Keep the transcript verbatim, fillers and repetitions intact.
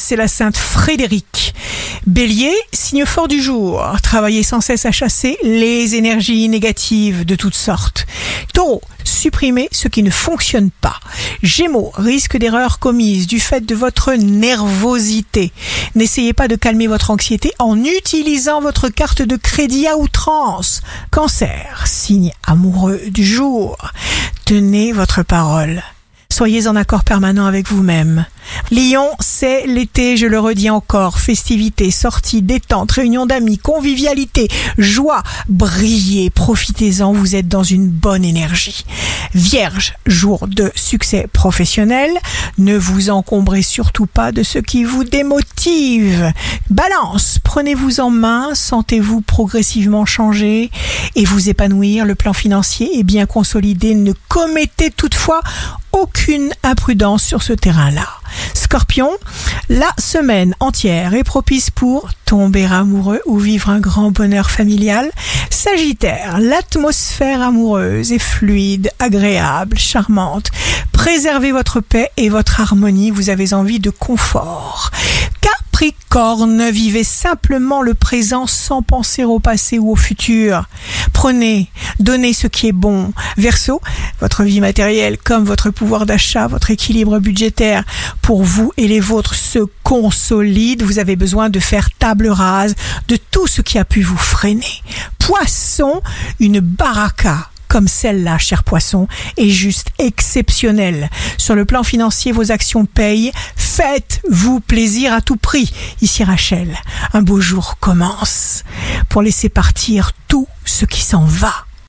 c'est la sainte Frédérique. Bélier, signe fort du jour. Travaillez sans cesse à chasser les énergies négatives de toutes sortes. Taureau, supprimez ce qui ne fonctionne pas. Gémeaux, risque d'erreur commise du fait de votre nervosité. N'essayez pas de calmer votre anxiété en utilisant votre carte de crédit à outrance. Cancer, signe amoureux du jour. Tenez votre parole. Soyez en accord permanent avec vous-même. Lion, c'est l'été, je le redis encore. Festivités, sorties, détente, réunions d'amis, convivialité, joie, brillez, profitez-en, vous êtes dans une bonne énergie. Vierge, jour de succès professionnel, ne vous encombrez surtout pas de ce qui vous démotive. Balance, prenez-vous en main, sentez-vous progressivement changer et vous épanouir. Le plan financier est bien consolidé, ne commettez toutefois aucune imprudence sur ce terrain-là. Scorpion, la semaine entière est propice pour tomber amoureux ou vivre un grand bonheur familial. Sagittaire, l'atmosphère amoureuse est fluide, agréable, charmante. Préservez votre paix et votre harmonie, vous avez envie de confort. Capricorne, vivez simplement le présent sans penser au passé ou au futur. Prenez, donnez ce qui est bon. Verseau, votre vie matérielle comme votre pouvoir d'achat, votre équilibre budgétaire pour vous et les vôtres se consolide. Vous avez besoin de faire table rase de tout ce qui a pu vous freiner. Poisson, une baraka comme celle-là, cher poisson, est juste exceptionnelle. Sur le plan financier, vos actions payent. Faites-vous plaisir à tout prix. Ici Rachel, un beau jour commence pour laisser partir tout ce qui s'en va.